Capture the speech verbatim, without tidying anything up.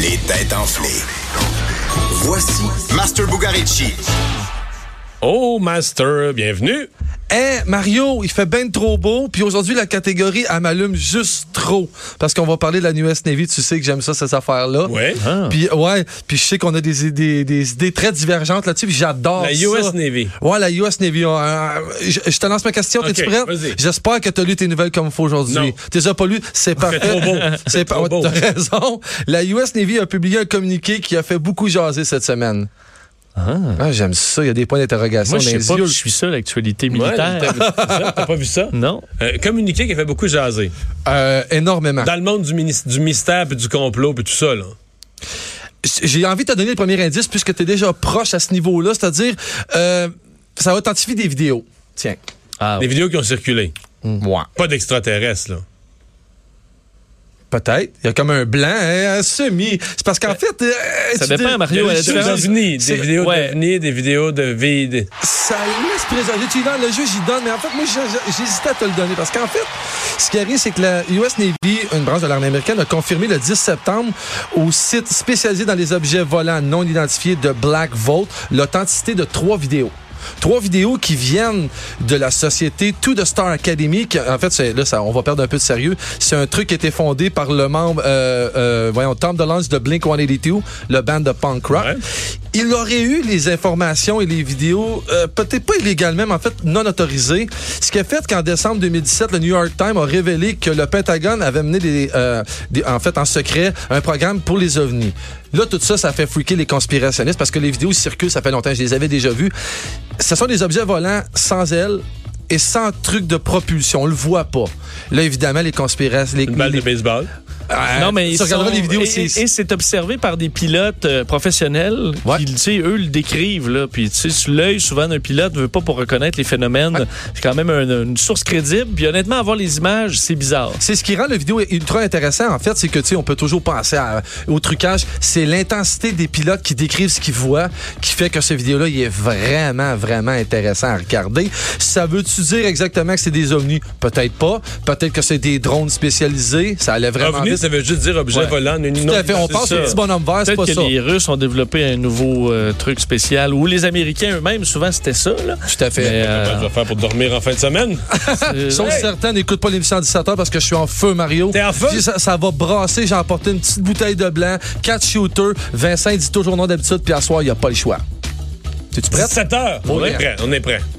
Les têtes enflées. Voici Master Bugarici. Oh, Master, bienvenue. Hey, Mario, il fait ben trop beau. Puis aujourd'hui, la catégorie, elle m'allume juste trop. Parce qu'on va parler de la U S Navy. Tu sais que j'aime ça, ces affaires-là. Oui. Ah. Puis, ouais. Puis je sais qu'on a des, des, des idées très divergentes là-dessus. Puis j'adore ça. La U S Navy. Ouais, la U S Navy. Euh, je, je te lance ma question. Okay, t'es-tu prête? Vas-y. J'espère que tu as lu tes nouvelles comme il faut aujourd'hui. Non. Tu les as pas lues? C'est parfait. C'est trop beau. C'est, C'est pas, trop beau. T'as raison. La U S Navy a publié un communiqué qui a fait beaucoup jaser cette semaine. Ah. Ah, j'aime ça. Il y a des points d'interrogation. Moi, je dans sais les pas yeux. que je suis ça, l'actualité Ouais, militaire. t'as, t'as, t'as pas vu ça? Non. Euh, communiqué qui a fait beaucoup jaser. Euh, énormément. Dans le monde du, mini- du mystère puis du complot puis tout ça, là. J'ai envie de te donner le premier indice puisque tu es déjà proche à ce niveau-là, c'est-à-dire euh, ça authentifie des vidéos. Tiens. Ah, Des vidéos qui ont circulé. Ouais. Pas d'extraterrestres, là. Peut-être. Il y a comme un blanc, hein, un semi. C'est parce qu'en fait... Euh, ça tu dépend, dis- Mario. Des la vidéos différence- d'ovnis, c'est- des vidéos ouais. d'ovnis, des vidéos de vide. Ça laisse présager. Tu lui donnes, le juge, il donne. Mais en fait, moi, j'ai- j'hésitais à te le donner. Parce qu'en fait, ce qui arrive, c'est que la U S Navy, une branche de l'armée américaine, a confirmé le dix septembre au site spécialisé dans les objets volants non identifiés de Black Vault l'authenticité de trois vidéos. Trois vidéos qui viennent de la société To The Star Academy. Qui, en fait, c'est, là, ça, on va perdre un peu de sérieux. C'est un truc qui a été fondé par le membre, euh, euh, voyons, Tom DeLonge de Blink one eighty-two, le band de punk rock. Ouais. Il aurait eu les informations et les vidéos, euh, peut-être pas illégalement, mais en fait non autorisées. Ce qui a fait qu'en décembre deux mille dix-sept, le New York Times a révélé que le Pentagone avait mené des, euh, des, en fait en secret un programme pour les ovnis. Là, tout ça, ça fait freaker les conspirationnistes parce que les vidéos circulent, ça fait longtemps, je les avais déjà vues. Ce sont des objets volants sans ailes et sans truc de propulsion. On le voit pas. Là, évidemment, les conspirationnistes... Une balle les, de baseball. Euh, Non, mais tu ils regarderas sont- les vidéos. et, c'est, et, et c'est observé par des pilotes euh, professionnels Ouais. qui, tu sais, eux le décrivent là. Puis, tu sais, sur l'œil souvent d'un pilote ne veut pas pour reconnaître les phénomènes. Ouais. C'est quand même un- une source crédible. Puis, honnêtement, avoir les images, c'est bizarre. C'est ce qui rend la vidéo ultra intéressant, en fait, c'est que, tu sais, on peut toujours penser à, au trucage. C'est l'intensité des pilotes qui décrivent ce qu'ils voient qui fait que cette vidéo-là, il est vraiment, vraiment intéressant à regarder. Ça veut-tu dire exactement que c'est des ovnis? Peut-être pas. Peut-être que c'est des drones spécialisés. Ça allait vraiment Ovni, vite. ça veut juste dire objet Ouais. volant. Une, Tout à fait. On c'est pense ça. au petit bonhomme vert, c'est Peut-être pas que ça. les Russes ont développé un nouveau euh, truc spécial. Ou les Américains eux-mêmes, souvent, c'était ça. Là. Tout à fait. Mais, Comment euh, tu vas faire pour dormir en fin de semaine? c'est- Chose ouais. certaine, n'écoute pas l'émission à dix-sept heures parce que je suis en feu, Mario. T'es en feu? Puis Ça, ça va brasser. J'ai emporté une petite bouteille de blanc, quatre shooters. Vincent dit toujours non d'habitude, puis à soir, il n'y a pas le choix. Es-tu prête? sept heures. On Ouais. est prêt. On est prêt.